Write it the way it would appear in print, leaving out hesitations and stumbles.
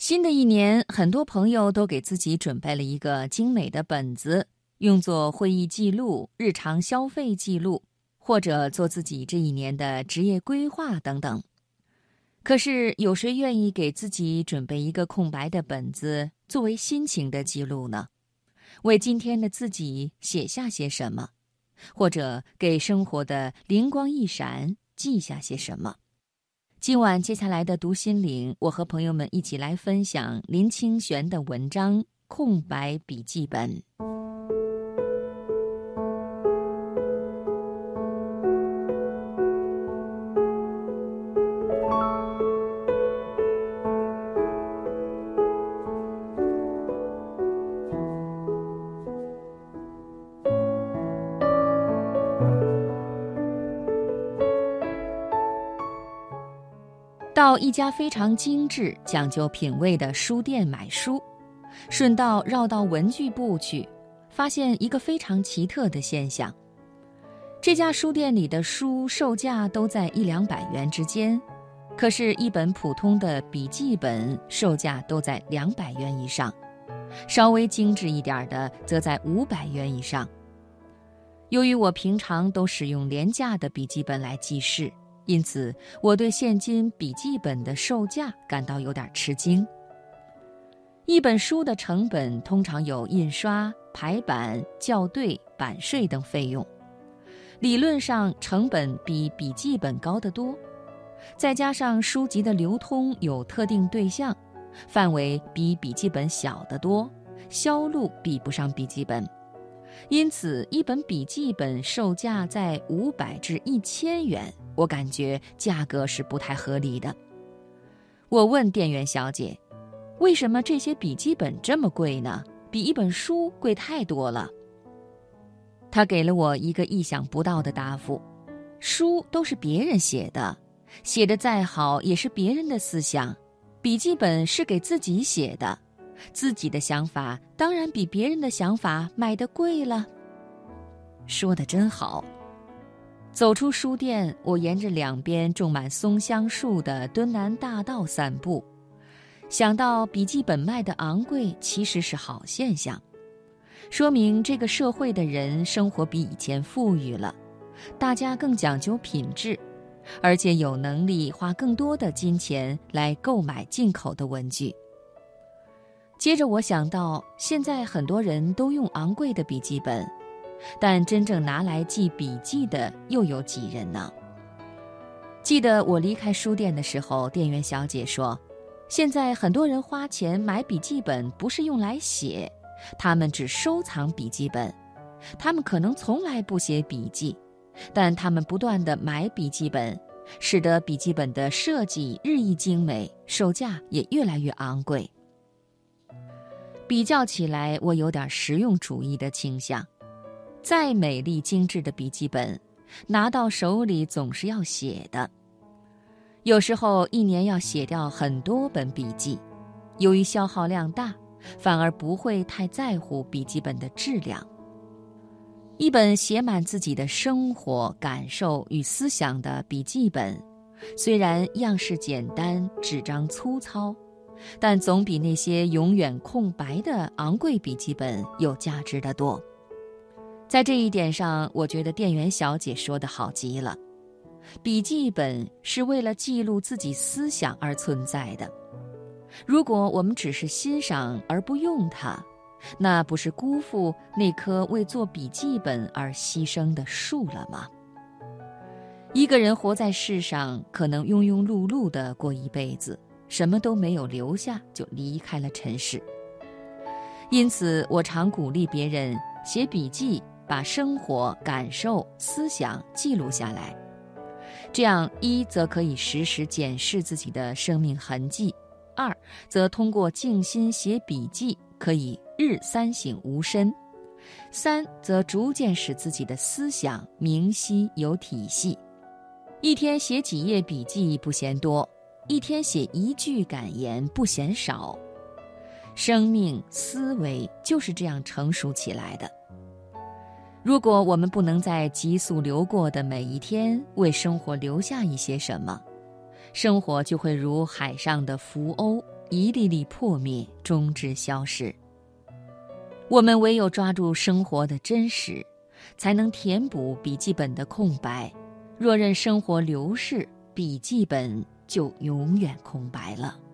新的一年，很多朋友都给自己准备了一个精美的本子，用作会议记录、日常消费记录，或者做自己这一年的职业规划等等。可是，有谁愿意给自己准备一个空白的本子，作为心情的记录呢？为今天的自己写下些什么，或者给生活的灵光一闪记下些什么？今晚接下来的读心灵，我和朋友们一起来分享林清玄的文章《空白笔记本》。到一家非常精致、讲究品味的书店买书，顺道绕到文具部去，发现一个非常奇特的现象。这家书店里的书售价都在100-200元之间，可是一本普通的笔记本售价都在200元以上，稍微精致一点的则在500元以上。由于我平常都使用廉价的笔记本来记事，因此我对现今笔记本的售价感到有点吃惊。一本书的成本通常有印刷、排版、校对、版税等费用，理论上成本比笔记本高得多。再加上书籍的流通有特定对象，范围比笔记本小得多，销路比不上笔记本。因此一本笔记本售价在500至1000元，我感觉价格是不太合理的。我问店员小姐，为什么这些笔记本这么贵呢？比一本书贵太多了。她给了我一个意想不到的答复：书都是别人写的，写得再好也是别人的思想，笔记本是给自己写的，自己的想法当然比别人的想法卖得贵了。说得真好。走出书店，我沿着两边种满松香树的敦南大道散步，想到笔记本卖的昂贵其实是好现象，说明这个社会的人生活比以前富裕了，大家更讲究品质，而且有能力花更多的金钱来购买进口的文具。接着我想到，现在很多人都用昂贵的笔记本，但真正拿来记笔记的又有几人呢？记得我离开书店的时候，店员小姐说，现在很多人花钱买笔记本不是用来写，他们只收藏笔记本，他们可能从来不写笔记，但他们不断地买笔记本，使得笔记本的设计日益精美，售价也越来越昂贵。比较起来，我有点实用主义的倾向。再美丽精致的笔记本，拿到手里总是要写的。有时候一年要写掉很多本笔记，由于消耗量大，反而不会太在乎笔记本的质量。一本写满自己的生活、感受与思想的笔记本，虽然样式简单，纸张粗糙，但总比那些永远空白的昂贵笔记本有价值得多。在这一点上，我觉得店员小姐说得好极了。笔记本是为了记录自己思想而存在的，如果我们只是欣赏而不用它，那不是辜负那棵为做笔记本而牺牲的树了吗？一个人活在世上，可能庸庸碌碌地过一辈子，什么都没有留下就离开了尘世。因此我常鼓励别人写笔记，把生活、感受、思想记录下来，这样一则可以时时检视自己的生命痕迹，二则通过静心写笔记可以日三省吾身，三则逐渐使自己的思想明晰有体系。一天写几页笔记不嫌多，一天写一句感言不嫌少。生命思维就是这样成熟起来的。如果我们不能在急速流过的每一天为生活留下一些什么，生活就会如海上的浮鸥， 一粒粒破灭，终至消逝。我们唯有抓住生活的真实，才能填补笔记本的空白。若任生活流逝，笔记本就永远空白了。